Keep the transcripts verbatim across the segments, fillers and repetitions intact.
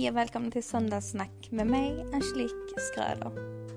Hej och välkommen till Söndagssnack med mig, Angelique Skröder.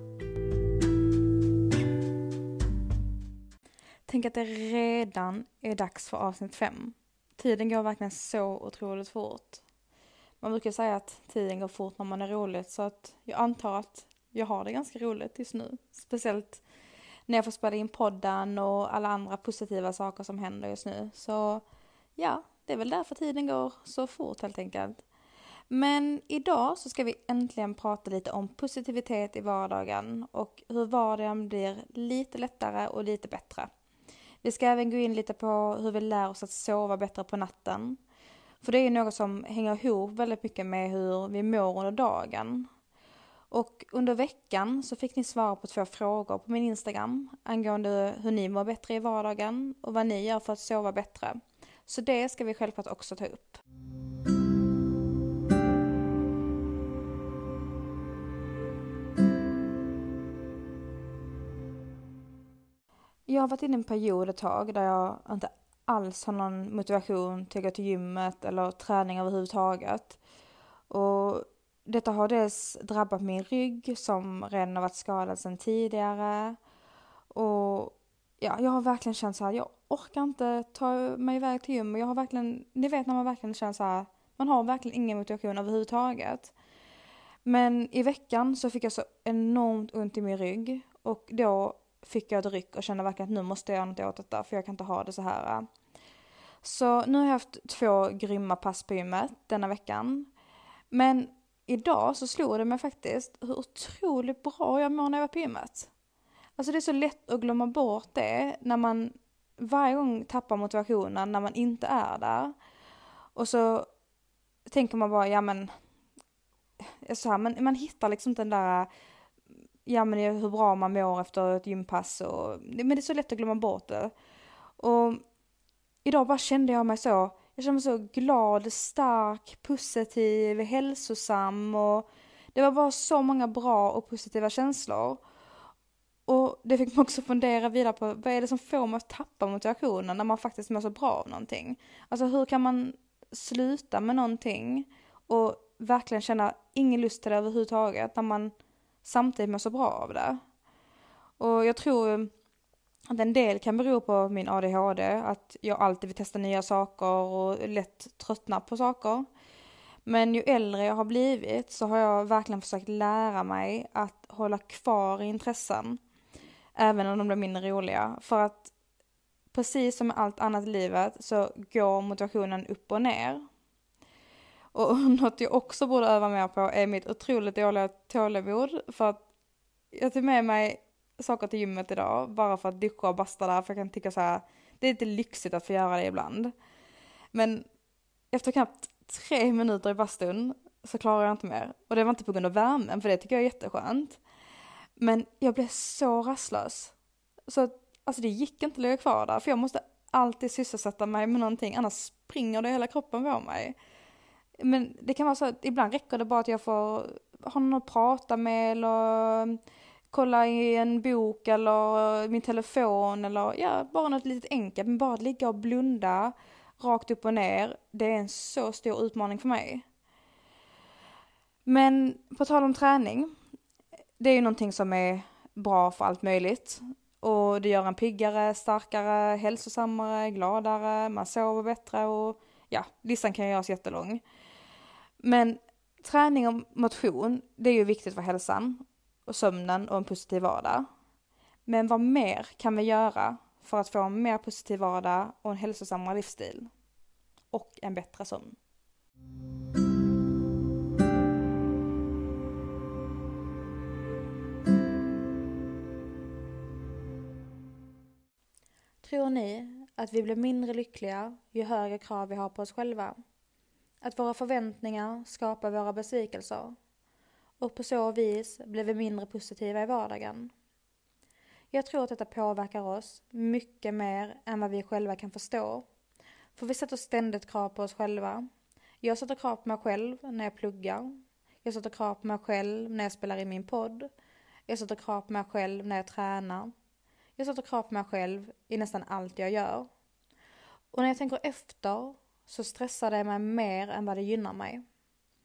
Tänk att det redan är dags för avsnitt fem. Tiden går verkligen så otroligt fort. Man brukar säga att tiden går fort när man är roligt, så att jag antar att jag har det ganska roligt just nu. Speciellt när jag får spela in podden och alla andra positiva saker som händer just nu. Så ja, det är väl därför tiden går så fort helt enkelt. Men idag så ska vi äntligen prata lite om positivitet i vardagen och hur vardagen blir lite lättare och lite bättre. Vi ska även gå in lite på hur vi lär oss att sova bättre på natten. För det är ju något som hänger ihop väldigt mycket med hur vi mår under dagen. Och under veckan så fick ni svara på två frågor på min Instagram angående hur ni mår bättre i vardagen och vad ni gör för att sova bättre. Så det ska vi självklart också ta upp. Jag har varit inne i en period ett tag där jag inte alls har någon motivation till att gå till gymmet eller träning överhuvudtaget. Och detta har dels drabbat min rygg som redan har varit skadad sedan tidigare. Och ja, jag har verkligen känt så här, jag orkar inte ta mig iväg till gym. Och jag har verkligen, ni vet när man verkligen känner så här, man har verkligen ingen motivation överhuvudtaget. Men i veckan så fick jag så enormt ont i min rygg och då fick jag ett ryck och kände verkligen att nu måste jag göra något åt detta för jag kan inte ha det så här. Så nu har jag haft två grymma pass på gymmet denna veckan. Men idag så slog det mig faktiskt hur otroligt bra jag mår när jag var på gymmet. Alltså det är så lätt att glömma bort det när man varje gång tappar motivationen när man inte är där. Och så tänker man bara, ja men, så här, man, man hittar liksom inte den där, ja men hur bra man mår efter ett gympass. Och, men det är så lätt att glömma bort det. Och idag bara kände jag mig så, jag kände mig så glad, stark, positiv, hälsosam. Och det var bara så många bra och positiva känslor. Och det fick man också fundera vidare på, vad är det som får mig att tappa motivationen när man faktiskt mår så bra av någonting? Alltså hur kan man sluta med någonting och verkligen känna ingen lust till det överhuvudtaget när man samtidigt mår så bra av det? Och jag tror att en del kan bero på min A D H D, att jag alltid vill testa nya saker och lätt tröttnar på saker. Men ju äldre jag har blivit så har jag verkligen försökt lära mig att hålla kvar i intressen. Även om de blir mindre roliga. För att precis som med allt annat i livet så går motivationen upp och ner. Och något jag också borde öva mer på är mitt otroligt dåliga tålamod. För att jag tog med mig saker till gymmet idag bara för att duscha och basta där. För jag kan tycka så här, det är lite lyxigt att få göra det ibland. Men efter knappt tre minuter i bastun så klarar jag inte mer. Och det var inte på grund av värmen, för det tycker jag är jätteskönt. Men jag blev så rastlös. Så alltså det gick inte att ligga kvar där. För jag måste alltid sysselsätta mig med någonting. Annars springer det hela kroppen på mig. Men det kan vara så att ibland räcker det bara att jag får ha någon att prata med. Eller kolla i en bok eller min telefon. Eller ja, bara något litet enkelt. Men bara att ligga och blunda rakt upp och ner. Det är en så stor utmaning för mig. Men på tal om träning. Det är ju någonting som är bra för allt möjligt. Och det gör en piggare, starkare, hälsosammare, gladare. Man sover bättre och ja, listan kan göras jättelång. Men träning och motion, det är ju viktigt för hälsan och sömnen och en positiv vardag. Men vad mer kan vi göra för att få en mer positiv vardag och en hälsosammare livsstil? Och en bättre sömn. Tror ni att vi blir mindre lyckliga ju högre krav vi har på oss själva? Att våra förväntningar skapar våra besvikelser? Och på så vis blir vi mindre positiva i vardagen? Jag tror att detta påverkar oss mycket mer än vad vi själva kan förstå. För vi sätter ständigt krav på oss själva. Jag sätter krav på mig själv när jag pluggar. Jag sätter krav på mig själv när jag spelar in min podd. Jag sätter krav på mig själv när jag tränar. Jag sätter krav på mig själv i nästan allt jag gör. Och när jag tänker efter så stressar det mig mer än vad det gynnar mig.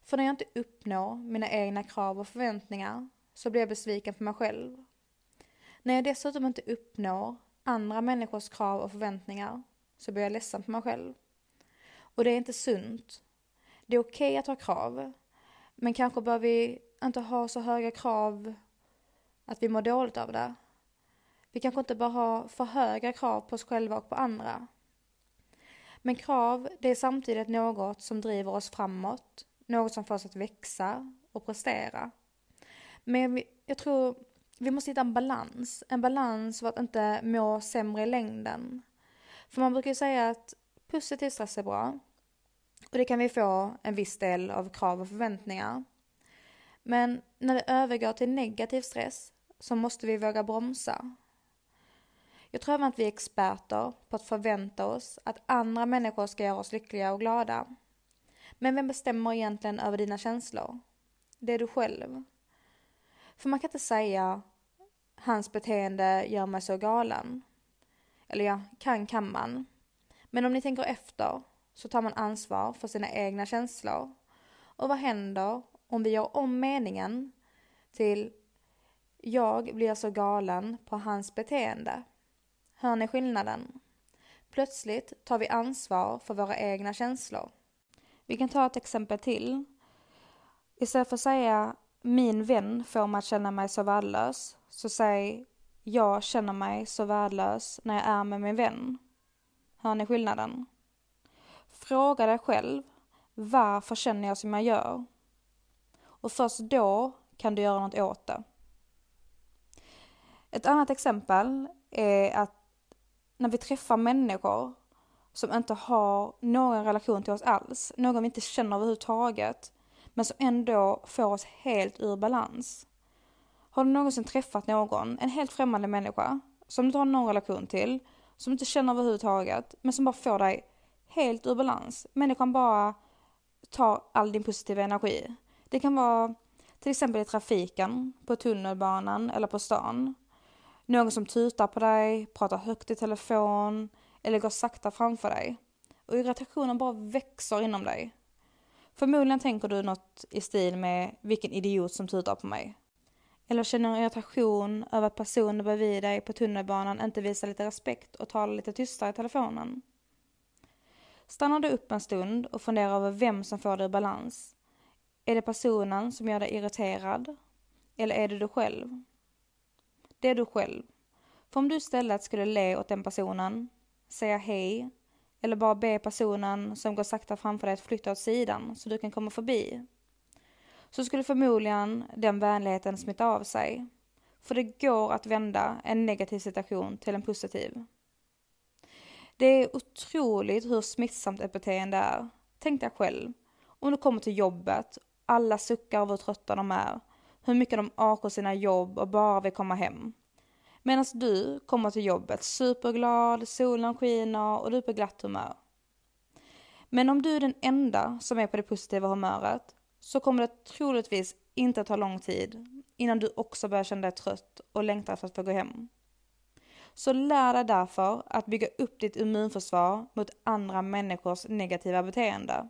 För när jag inte uppnår mina egna krav och förväntningar så blir jag besviken på mig själv. När jag dessutom inte uppnår andra människors krav och förväntningar så blir jag ledsen på mig själv. Och det är inte sunt. Det är okej att ha krav, men kanske bör vi inte ha så höga krav att vi mår dåligt av det. Vi kanske inte bör ha för höga krav på oss själva och på andra. Men krav, det är samtidigt något som driver oss framåt, något som får oss att växa och prestera. Men jag tror vi måste hitta en balans, en balans för att inte må sämre i längden. För man brukar ju säga att positiv stress är bra. Och det kan vi få en viss del av krav och förväntningar. Men när det övergår till negativ stress så måste vi våga bromsa. Jag tror även att vi är experter på att förvänta oss att andra människor ska göra oss lyckliga och glada. Men vem bestämmer egentligen över dina känslor? Det är du själv. För man kan inte säga hans beteende gör mig så galen. Eller ja, kan kan man. Men om ni tänker efter så tar man ansvar för sina egna känslor. Och vad händer om vi gör om meningen till jag blir så galen på hans beteende? Hör ni skillnaden? Plötsligt tar vi ansvar för våra egna känslor. Vi kan ta ett exempel till. Istället för att säga min vän får mig att känna mig så värdelös, så säg jag känner mig så värdelös när jag är med min vän. Hör ni skillnaden? Fråga dig själv, varför känner jag som jag gör? Och först då kan du göra något åt det. Ett annat exempel är att när vi träffar människor som inte har någon relation till oss alls, någon vi inte känner överhuvudtaget, men som ändå får oss helt ur balans. Har du någonsin träffat någon, en helt främmande människa, som du inte har någon relation till, som du inte känner överhuvudtaget, men som bara får dig helt ur balans? Människan bara tar all din positiva energi. Det kan vara till exempel i trafiken, på tunnelbanan eller på stan. Någon som tutar på dig, pratar högt i telefon eller går sakta framför dig. Och irritationen bara växer inom dig. Förmodligen tänker du något i stil med vilken idiot som tutar på mig. Eller känner en irritation över att personen bredvid dig på tunnelbanan inte visar lite respekt och talar lite tystare i telefonen. Stannar du upp en stund och funderar över vem som får dig i balans. Är det personen som gör dig irriterad? Eller är det du själv? Det är du själv. För om du istället skulle le åt den personen, säga hej, eller bara be personen som går sakta framför dig att flytta åt sidan så du kan komma förbi, så skulle förmodligen den vänligheten smitta av sig. För det går att vända en negativ situation till en positiv. Det är otroligt hur smittsamt ett beteende är. Tänk dig själv, om du kommer till jobbet, alla suckar över hur trötta de är, hur mycket de akar sina jobb och bara vill komma hem. Medan du kommer till jobbet superglad, solen skiner och du är på glatt humör. Men om du är den enda som är på det positiva humöret så kommer det troligtvis inte ta lång tid innan du också börjar känna dig trött och längtar efter att få gå hem. Så lär dig därför att bygga upp ditt immunförsvar mot andra människors negativa beteende.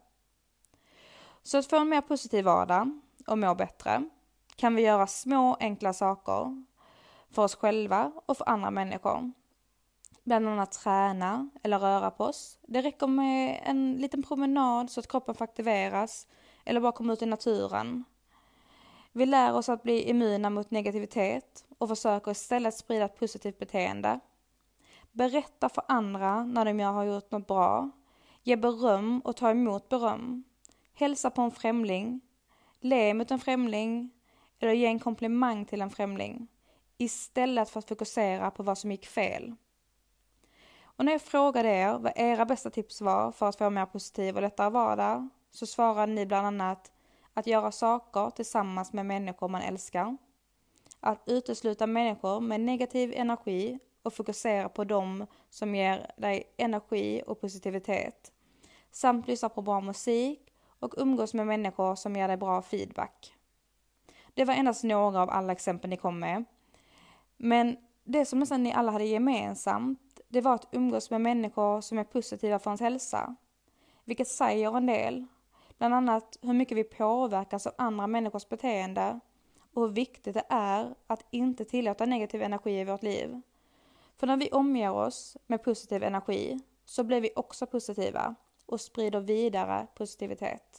Så att få en mer positiv vardag och må bättre kan vi göra små enkla saker för oss själva och för andra människor. Bland annat träna eller röra på oss. Det räcker med en liten promenad så att kroppen får aktiveras eller bara komma ut i naturen. Vi lär oss att bli immuna mot negativitet och försöker istället sprida ett positivt beteende. Berätta för andra när de har gjort något bra. Ge beröm och ta emot beröm. Hälsa på en främling. Le mot en främling. Eller ge en komplimang till en främling. Istället för att fokusera på vad som gick fel. Och när jag frågade er vad era bästa tips var för att få en mer positiv och lättare vardag, så svarade ni bland annat att göra saker tillsammans med människor man älskar. Att utesluta människor med negativ energi och fokusera på dem som ger dig energi och positivitet. Samt lyssna på bra musik och umgås med människor som ger dig bra feedback. Det var endast några av alla exempel ni kom med. Men det som nästan ni alla hade gemensamt, det var att umgås med människor som är positiva för ens hälsa. Vilket säger en del. Bland annat hur mycket vi påverkas av andra människors beteende och hur viktigt det är att inte tillåta negativ energi i vårt liv. För när vi omger oss med positiv energi så blir vi också positiva och sprider vidare positivitet.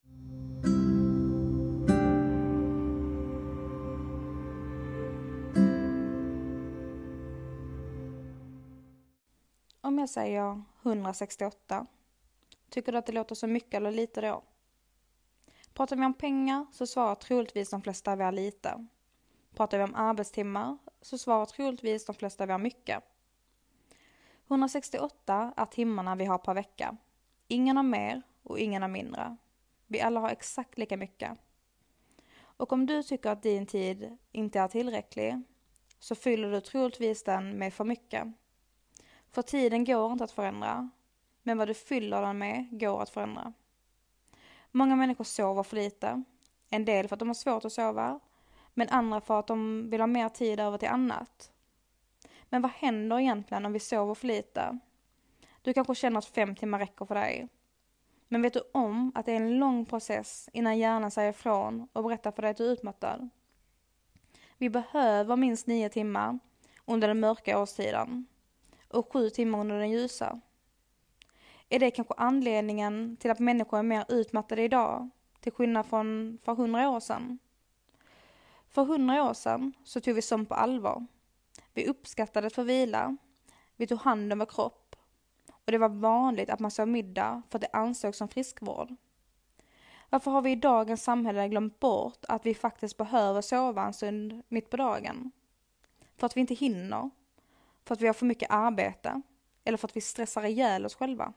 Om jag säger hundrasextioåtta, tycker du att det låter så mycket eller lite då? Pratar vi om pengar så svarar troligtvis de flesta vi har lite. Pratar vi om arbetstimmar så svarar troligtvis de flesta vi har mycket. hundrasextioåtta är timmarna vi har per vecka. Ingen har mer och ingen har mindre. Vi alla har exakt lika mycket. Och om du tycker att din tid inte är tillräcklig så fyller du troligtvis den med för mycket. För tiden går inte att förändra, men vad du fyller den med går att förändra. Många människor sover för lite. En del för att de har svårt att sova, men andra för att de vill ha mer tid över till annat. Men vad händer egentligen om vi sover för lite? Du kanske känner att fem timmar räcker för dig. Men vet du om att det är en lång process innan hjärnan säger ifrån och berättar för dig att du är utmattad? Vi behöver minst nio timmar under den mörka årstiden och sju timmar under den ljusa. Är det kanske anledningen till att människor är mer utmattade idag, till skillnad från för hundra år sedan? För hundra år sedan så tog vi sömn på allvar. Vi uppskattade att få vila. Vi tog hand om vår kropp. Och det var vanligt att man sov middag för att det ansågs som friskvård. Varför har vi i dagens samhälle glömt bort att vi faktiskt behöver sova en stund mitt på dagen? För att vi inte hinner? För att vi har för mycket arbete? Eller för att vi stressar ihjäl oss själva?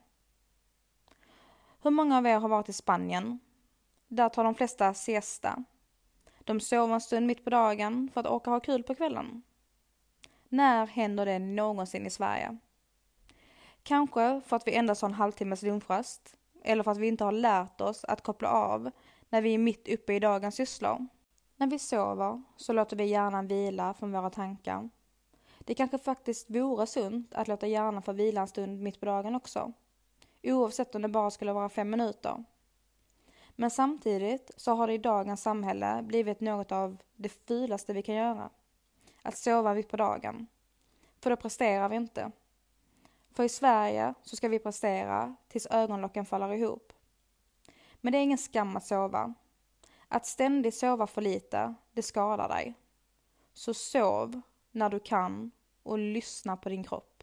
Hur många av er har varit i Spanien? Där tar de flesta siesta. De sover en stund mitt på dagen för att orka ha kul på kvällen. När händer det någonsin i Sverige? Kanske för att vi endast har en halvtimmes lunchrast. Eller för att vi inte har lärt oss att koppla av när vi är mitt uppe i dagens sysslor. När vi sover så låter vi hjärnan vila från våra tankar. Det kanske faktiskt vore sunt att låta hjärnan få vila en stund mitt på dagen också. Oavsett om det bara skulle vara fem minuter. Men samtidigt så har det i dagens samhälle blivit något av det fulaste vi kan göra. Att sova mitt på dagen. För då presterar vi inte. För i Sverige så ska vi prestera tills ögonlocken faller ihop. Men det är ingen skam att sova. Att ständigt sova för lite, det skadar dig. Så sov när du kan och lyssna på din kropp.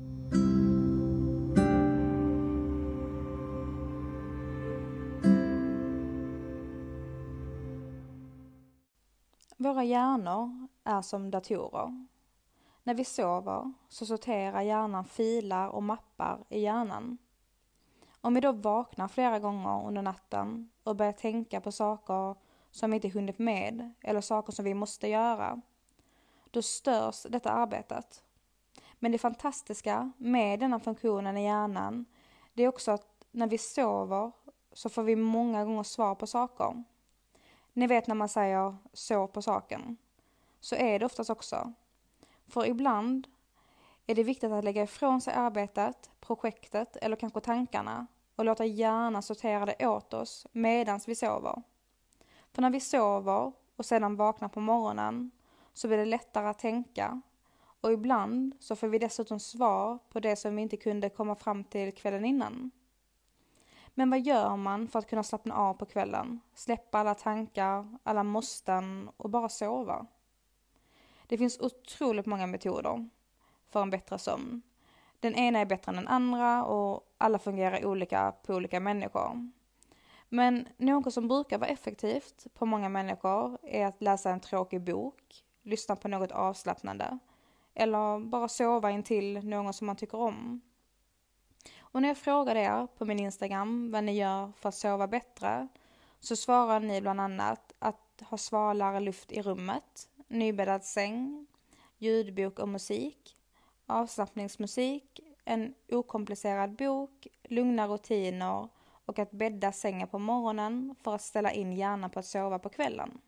Våra hjärnor är som datorer. När vi sover så sorterar hjärnan filer och mappar i hjärnan. Om vi då vaknar flera gånger under natten och börjar tänka på saker som vi inte hunnit med eller saker som vi måste göra, då störs detta arbetet. Men det fantastiska med denna funktionen i hjärnan, det är också att när vi sover så får vi många gånger svar på saker. Ni vet när man säger så på saken, så är det oftast också. För ibland är det viktigt att lägga ifrån sig arbetet, projektet eller kanske tankarna och låta hjärnan sortera det åt oss medan vi sover. För när vi sover och sedan vaknar på morgonen så blir det lättare att tänka, och ibland så får vi dessutom svar på det som vi inte kunde komma fram till kvällen innan. Men vad gör man för att kunna slappna av på kvällen, släppa alla tankar, alla måsten och bara sova? Det finns otroligt många metoder för en bättre sömn. Den ena är bättre än den andra och alla fungerar olika på olika människor. Men något som brukar vara effektivt på många människor är att läsa en tråkig bok, lyssna på något avslappnande eller bara sova in till någon som man tycker om. Och när jag frågar er på min Instagram vad ni gör för att sova bättre så svarar ni bland annat att ha svalare luft i rummet, nybäddad säng, ljudbok och musik, avslappningsmusik, en okomplicerad bok, lugna rutiner och att bädda sängen på morgonen för att ställa in hjärnan på att sova på kvällen.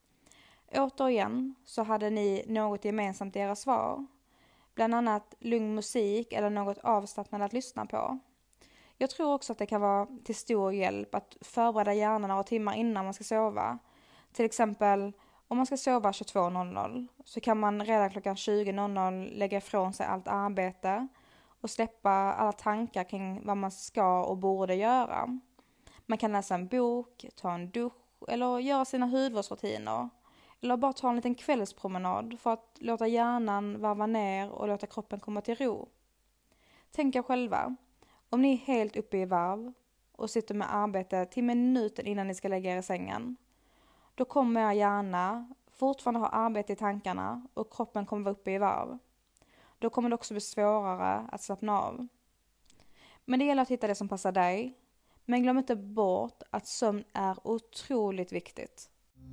Återigen så hade ni något gemensamt i era svar. Bland annat lugn musik eller något avslappnande att lyssna på. Jag tror också att det kan vara till stor hjälp att förbereda hjärnan några timmar innan man ska sova. Till exempel om man ska sova tjugotvå noll noll så kan man redan klockan tjugo noll noll lägga ifrån sig allt arbete och släppa alla tankar kring vad man ska och borde göra. Man kan läsa en bok, ta en dusch eller göra sina hudvårdsrutiner. Eller bara ta en liten kvällspromenad för att låta hjärnan varva ner och låta kroppen komma till ro. Tänk er själva, om ni är helt uppe i varv och sitter med arbete till minuten innan ni ska lägga er i sängen. Då kommer er hjärna fortfarande ha arbete i tankarna och kroppen kommer vara uppe i varv. Då kommer det också bli svårare att slappna av. Men det gäller att hitta det som passar dig. Men glöm inte bort att sömn är otroligt viktigt.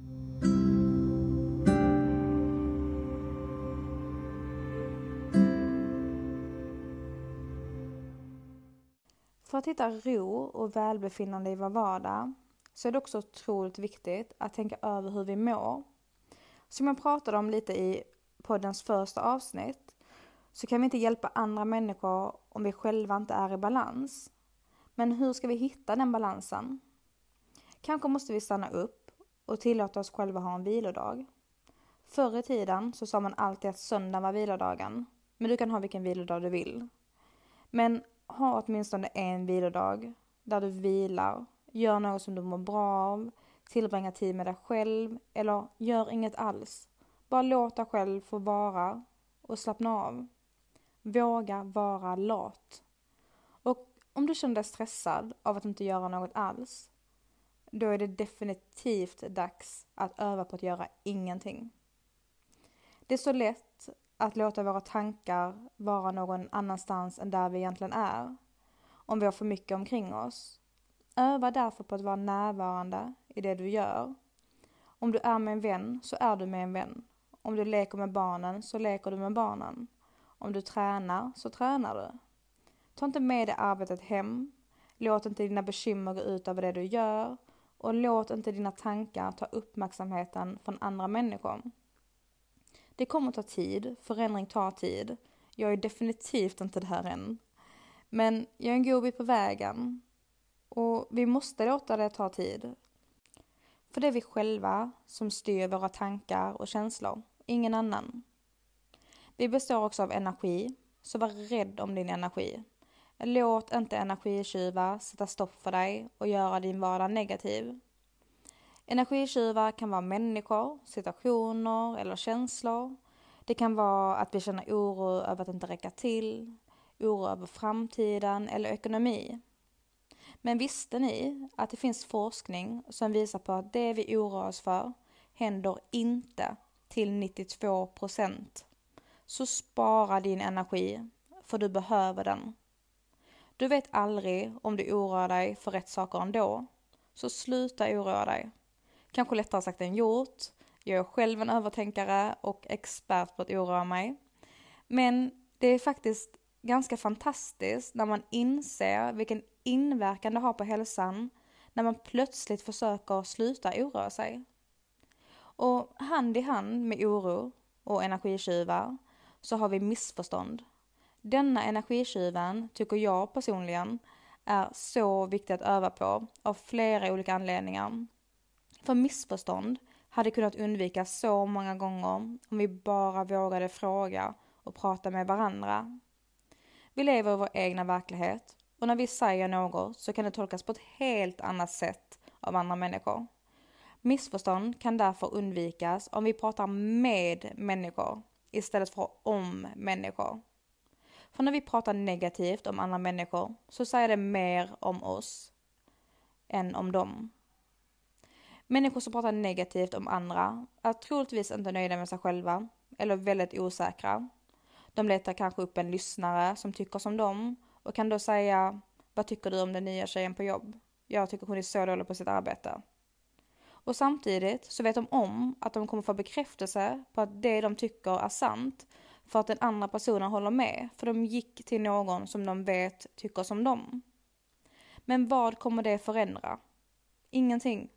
För att hitta ro och välbefinnande i vår vardag så är det också otroligt viktigt att tänka över hur vi mår. Som jag pratade om lite i poddens första avsnitt så kan vi inte hjälpa andra människor om vi själva inte är i balans. Men hur ska vi hitta den balansen? Kanske måste vi stanna upp och tillåta oss själva ha en vilodag. Förr i tiden så sa man alltid att söndag var vilodagen. Men du kan ha vilken vilodag du vill. Men ha åtminstone en vilodag där du vilar, gör något som du mår bra av, tillbringa tid med dig själv eller gör inget alls. Bara låt dig själv få vara och slappna av. Våga vara lat. Och om du känner dig stressad av att inte göra något alls, då är det definitivt dags att öva på att göra ingenting. Det är så lätt att låta våra tankar vara någon annanstans än där vi egentligen är, om vi har för mycket omkring oss. Öva därför på att vara närvarande i det du gör. Om du är med en vän så är du med en vän. Om du leker med barnen så leker du med barnen. Om du tränar så tränar du. Ta inte med dig arbetet hem. Låt inte dina bekymmer gå ut över det du gör. Och låt inte dina tankar ta uppmärksamheten från andra människor. Det kommer att ta tid. Förändring tar tid. Jag är definitivt inte där än. Men jag är en god bit på vägen. Och vi måste låta det ta tid. För det är vi själva som styr våra tankar och känslor. Ingen annan. Vi består också av energi. Så var rädd om din energi. Låt inte energitjuvar sätta stopp för dig och göra din vardag negativ. Energitjuvar kan vara människor, situationer eller känslor. Det kan vara att vi känner oro över att inte räcka till, oro över framtiden eller ekonomi. Men visste ni att det finns forskning som visar på att det vi oroar oss för händer inte till nittiotvå procent? Så spara din energi, för du behöver den. Du vet aldrig om du oroar dig för rätt saker ändå, så sluta oroa dig. Kanske lättare sagt än gjort. Jag är själv en övertänkare och expert på att oroa mig. Men det är faktiskt ganska fantastiskt när man inser vilken inverkan det har på hälsan när man plötsligt försöker sluta oroa sig. Och hand i hand med oro och energitjuvar så har vi missförstånd. Denna energitjuven tycker jag personligen är så viktigt att öva på av flera olika anledningar. För missförstånd hade kunnat undvikas så många gånger om vi bara vågade fråga och prata med varandra. Vi lever i vår egna verklighet och när vi säger något så kan det tolkas på ett helt annat sätt av andra människor. Missförstånd kan därför undvikas om vi pratar med människor istället för om människor. För när vi pratar negativt om andra människor så säger det mer om oss än om dem. Människor som pratar negativt om andra är troligtvis inte nöjda med sig själva eller väldigt osäkra. De letar kanske upp en lyssnare som tycker som dem och kan då säga: vad tycker du om den nya tjejen på jobb? Jag tycker hon är så dålig på sitt arbete. Och samtidigt så vet de om att de kommer få bekräftelse på att det de tycker är sant för att den andra personen håller med, för de gick till någon som de vet tycker som dem. Men vad kommer det förändra? Ingenting.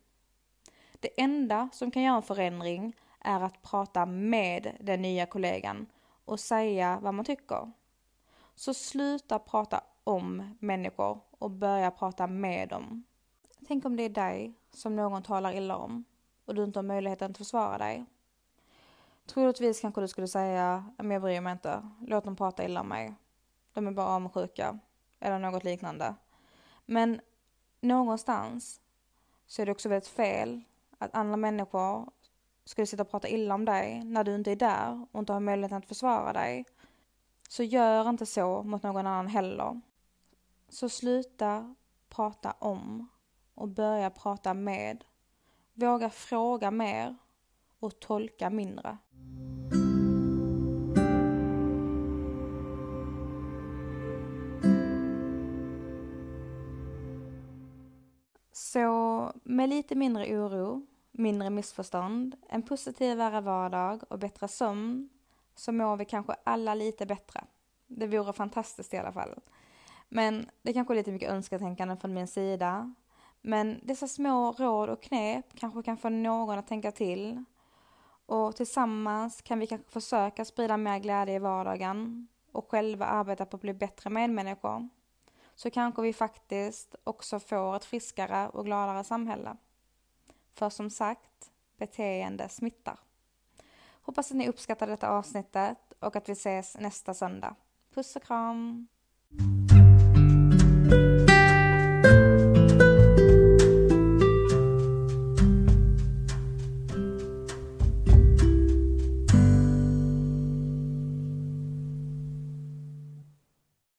Det enda som kan göra en förändring är att prata med den nya kollegan och säga vad man tycker. Så sluta prata om människor och börja prata med dem. Tänk om det är dig som någon talar illa om och du inte har möjligheten att försvara dig. Troligtvis kanske du skulle säga, men jag bryr mig inte, låt dem prata illa om mig. De är bara avundsjuka eller något liknande. Men någonstans så är det också väldigt fel att andra människor skulle sitta och prata illa om dig när du inte är där och inte har möjligheten att försvara dig. Så gör inte så mot någon annan heller. Så sluta prata om och börja prata med. Våga fråga mer och tolka mindre. Så med lite mindre oro, mindre missförstånd, en positivare vardag och bättre sömn så mår vi kanske alla lite bättre. Det vore fantastiskt i alla fall. Men det är kanske lite mycket önsketänkande från min sida. Men dessa små råd och knep kanske kan få någon att tänka till. Och tillsammans kan vi kanske försöka sprida mer glädje i vardagen och själva arbeta på att bli bättre medmänniskor. Så kanske vi faktiskt också får ett friskare och gladare samhälle. För som sagt, beteende smittar. Hoppas att ni uppskattar detta avsnittet och att vi ses nästa söndag. Puss och kram!